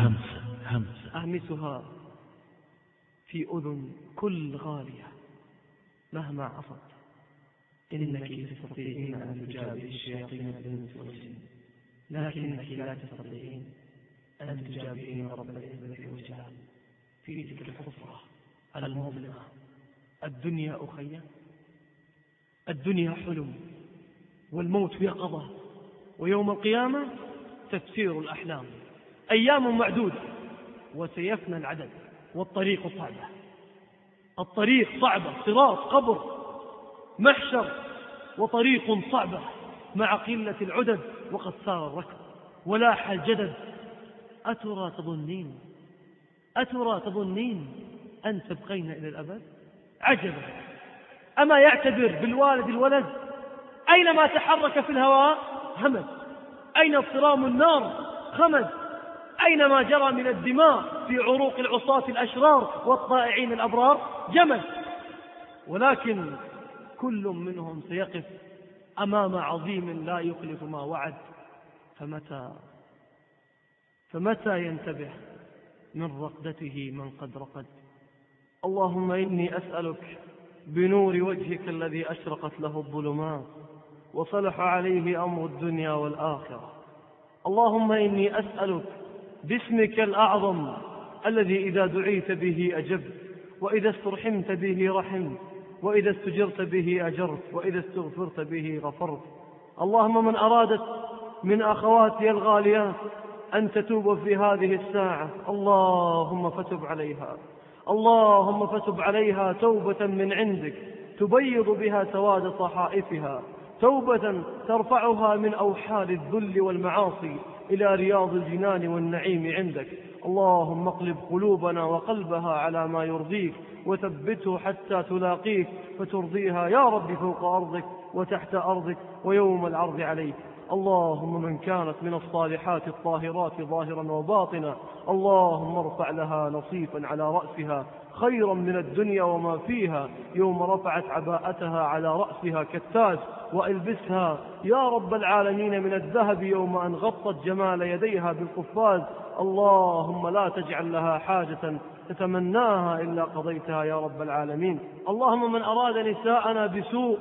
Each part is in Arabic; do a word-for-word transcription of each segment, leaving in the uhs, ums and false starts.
همسة همسة أهمسها في أذن كل غالية مهما عصت، إنك تستطيعين أن تجابهي الشياطين الإنس والجن، لكنك لا تستطيعين أن تجابهين رب العزة والجلال في تلك الحفرة المظلمة. الدنيا أخي، الدنيا حلم، والموت يقظة، ويوم القيامة تفسير الأحلام. أيام معدودة وسيفنى العدد، والطريق صعبة، الطريق صعبة، صراط، قبر، محشر، وطريق صعبة مع قلة العدد، وقد سار الركب ولاح الجدد. أترى تظنين أترى تظنين أن تبقين إلى الأبد؟ عجبا، أما يعتبر بالوالد الولد؟ أينما تحرك في الهواء همد، أين اضطرام النار خمد، أينما جرى من الدماء في عروق العصاة الأشرار والطائعين الأبرار جمد. ولكن كل منهم سيقف أمام عظيم لا يخلف ما وعد، فمتى فمتى ينتبه من رقدته من قد رقد؟ اللهم إني أسألك بنور وجهك الذي أشرقت له الظلمات وصلح عليه أمر الدنيا والآخرة. اللهم إني أسألك باسمك الأعظم الذي إذا دعيت به أجبت، وإذا استرحمت به رحمت، وإذا استجرت به أجرت، وإذا استغفرت به غفرت. اللهم من أرادت من أخواتي الغاليات أن تتوب في هذه الساعة، اللهم فتب عليها، اللهم فتب عليها توبة من عندك تبيض بها سواد صحائفها، توبة ترفعها من أوحال الذل والمعاصي إلى رياض الجنان والنعيم عندك. اللهم اقلب قلوبنا وقلبها على ما يرضيك، وثبته حتى تلاقيك فترضيها يا رب فوق أرضك وتحت أرضك ويوم العرض عليك. اللهم من كانت من الصالحات الطاهرات ظاهرا وباطنا، اللهم ارفع لها نصيفا على رأسها خيرا من الدنيا وما فيها يوم رفعت عباءتها على رأسها كالتاج، وألبسها يا رب العالمين من الذهب يوم أن غطت جمال يديها بالقفاز. اللهم لا تجعل لها حاجة تتمناها إلا قضيتها يا رب العالمين. اللهم من أراد نساءنا بسوء،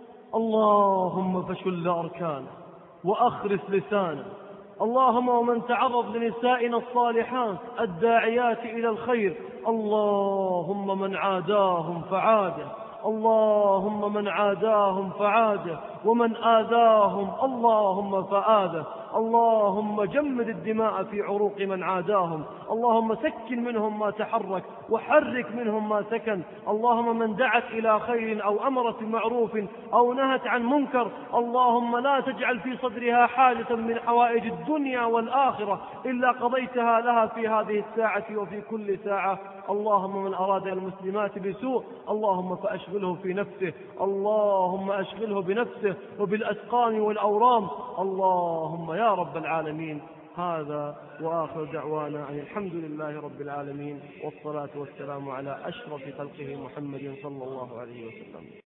اللهم فشل أركانه وأخرس لسانه. اللهم ومن تعرض لنسائنا الصالحات الداعيات إلى الخير، اللهم من عاداهم فعاده، اللهم من عاداهم فعاده، ومن آذاهم اللهم فآذه. اللهم جمد الدماء في عروق من عاداهم، اللهم سكن منهم ما تحرك وحرك منهم ما سكن. اللهم من دعت إلى خير أو أمرت بمعروف أو نهت عن منكر، اللهم لا تجعل في صدرها حاجة من حوائج الدنيا والآخرة إلا قضيتها لها في هذه الساعة وفي كل ساعة. اللهم من أراد المسلمات بسوء، اللهم فأشغله في نفسه، اللهم أشغله بنفسه وبالأسقام والأورام. اللهم يا رب العالمين. هذا وآخر دعوانا أن الحمد لله رب العالمين، والصلاة والسلام على أشرف خلقه محمد صلى الله عليه وسلم.